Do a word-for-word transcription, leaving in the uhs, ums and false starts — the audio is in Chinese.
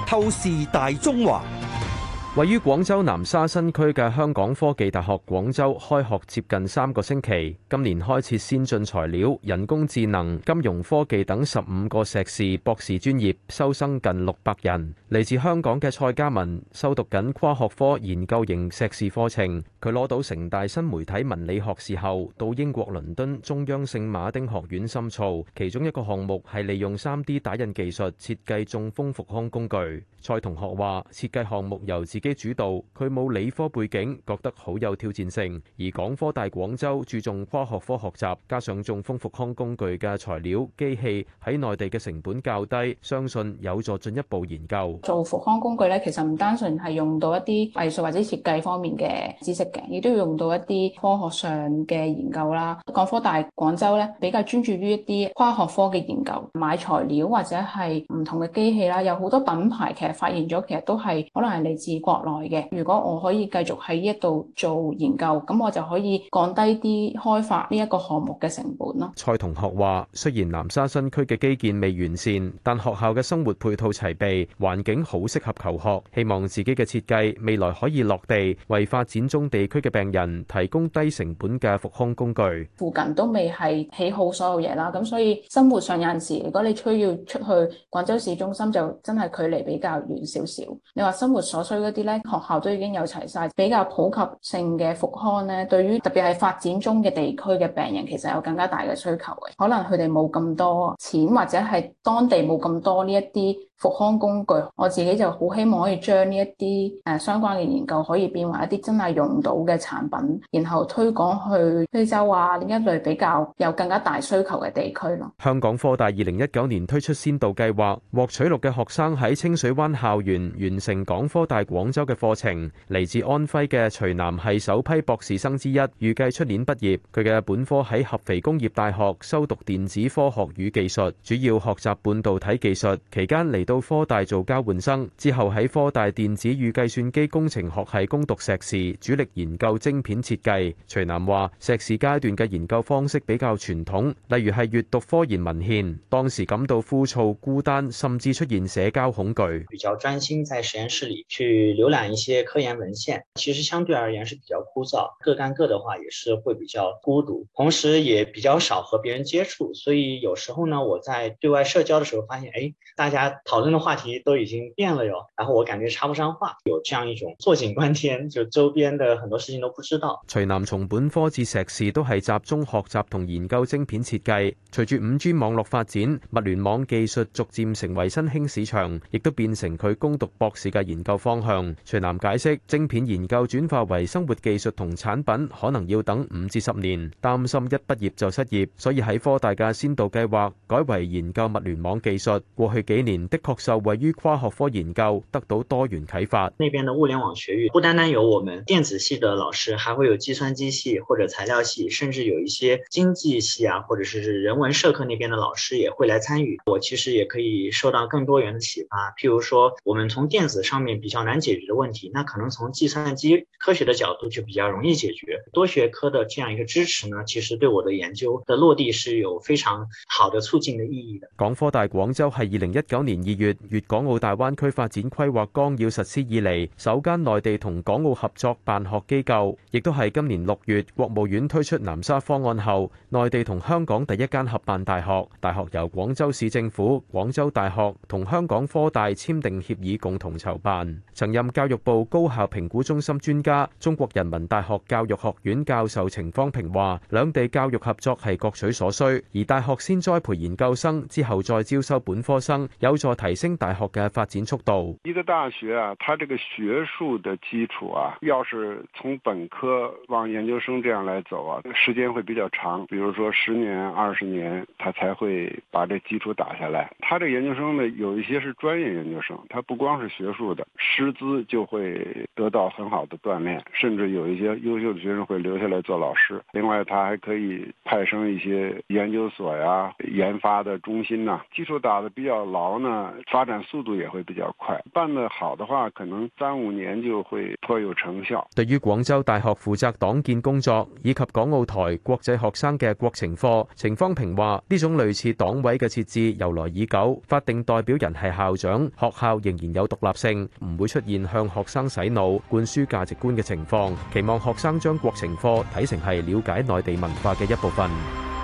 透視大中華。 位於廣州南沙新區嘅香港科技大學廣州開學接近三個星期，今年開設先進材料、人工智能、金融科技等十五個碩士、博士專業，收生近六百人。嚟自香港嘅蔡嘉文修讀緊跨學科研究型碩士課程，佢攞到城大新媒體文理學士後，到英國倫敦中央聖馬丁學院深造，其中一個項目係利用 三 D 打印技術設計中風復康工具。蔡同學話：設計項目由自己主導，佢冇理科背景，覺得好有挑戰性。而港科大廣州注重跨學科學習，加上中風復康工具嘅材料、機器喺內地嘅成本較低，相信有助進一步研究。 做復康工具咧，其實唔單純係用到一啲藝術或者設計方面嘅知識嘅，亦都要用到一啲科學上嘅研究啦。港科大廣州咧比較專注於一啲跨學科嘅研究，買材料或者係唔同嘅機器啦，有好多品牌其實發現咗，其實都係可能係嚟自國內嘅。如果我可以繼續喺呢一度做研究，咁我就可以降低啲開發呢一個項目嘅成本咯。 蔡同學話：雖然南沙新區嘅基建未完善，但學校嘅生活配套齊備，環境好適合求學。希望自己嘅設計未來可以落地，為發展中地區嘅病人提供低成本嘅復康工具。 附近都未係起好所有嘢啦，咁所以生活上有陣時，如果你需要出去廣州市中心，就真係距離比較遠少少。你話生活所需嗰啲咧，學校都已經有齊晒，比較普及性嘅復康咧，對於特別係發展中嘅地區嘅病人，其實有更加大嘅需求嘅。可能佢哋冇咁多錢，或者係當地冇咁多呢一啲復康工具，我自己就好希望可以將呢一啲誒相關嘅研究可以變為一啲真係用到嘅產品，然後推廣去非洲啊，呢一類比較有更加大需求嘅地區咯。 香港科大二零一九年推出先導計劃，獲取錄嘅學生喺清水灣校園完成港科大廣州嘅課程。嚟自安徽嘅徐南係首批博士生之一，預計出年畢業。佢嘅本科喺合肥工業大學修讀電子科學與技術，主要學習半導體技術，期間嚟到科大做交換生，之後喺科大電子與計算機工程學系攻讀碩士，主力研究晶片設計。徐南話：碩士階段嘅研究方式比較傳統，例如係閱讀科研文獻，當時感到枯燥、孤單，甚至出現社交恐懼。 比較專心在實驗室裡去瀏覽一些科研文獻，其實相對而言是比較枯燥，各幹各的話也是會比較孤獨，同時也比較少和別人接觸，所以有時候呢，我在對外社交的時候發現，誒，大家討論的話題都已經變了喲，然後我感覺插不上話，有這樣一種坐井觀天，就周邊的很多事情都不知道。 徐南從本科至碩士都係集中學習同研究晶片設計，隨住五 G 網絡發展，物聯網技術逐漸成為新興市場，亦都變成佢攻讀博士嘅研究方向。徐南解釋，晶片研究轉化為生活技術同產品，可能要等五至十年，擔心一畢業就失業，所以喺科大嘅先導計劃改為研究物聯網技術。過去幾年的確受惠於跨學科研究，得到多元啟發。 那邊的物聯網學域不單單有我們電子系的老師，還會有計算機系或者材料系，甚至有一些經濟系啊，或者是人文社科那邊的老師也會來參與。我其實也可以受到更多元的啟發，譬如說我們從電子上面比較難解決的問題，那可能從計算機科學的角度就比較容易解決。多學科的這樣一個支持呢，其實對我的研究的落地是有非常好的促進的意義的。 港科大廣州係二零一九年二月粵港澳大灣區發展規劃綱要實施以嚟首間內地同港澳合作辦學機構，亦都係今年六月國務院推出南沙方案後，內地同香港第一間合辦大學。大學由廣州市政府、廣州大學同香港科大簽訂協議，共同籌辦。曾任教育部高校評估中心專家、中國人民大學教育學院教授程方平話，兩地教育合作係各取所需，而大學先栽培研究生，之後再招收本科生，有助提升大學嘅發展速度。 一個大學啊，它這個學術的基礎啊，要是從本科往研究生這樣來走啊，時間會比較長，比如說十年、二十年，它才會把這基礎打下來。他這個研究生呢，有一些是專業研究生，他不光是學術的，師資就會得到很好的鍛煉，甚至有一些優秀的學生會留下來做老師。另外，他還可以派生一些研究所呀、研發的中心吶，基礎打得比較牢呢， 发展速度也会比較快。辦得好的話，可能三五年就會頗有成效。 對於廣州大學負責黨建工作以及港澳台國際學生嘅國情課，程方平話：呢種類似黨委嘅設置由來已久，法定代表人係校長，學校仍然有獨立性，唔會出現向學生洗腦、灌輸價值觀嘅情況。期望學生將國情課睇成係了解內地文化嘅一部分。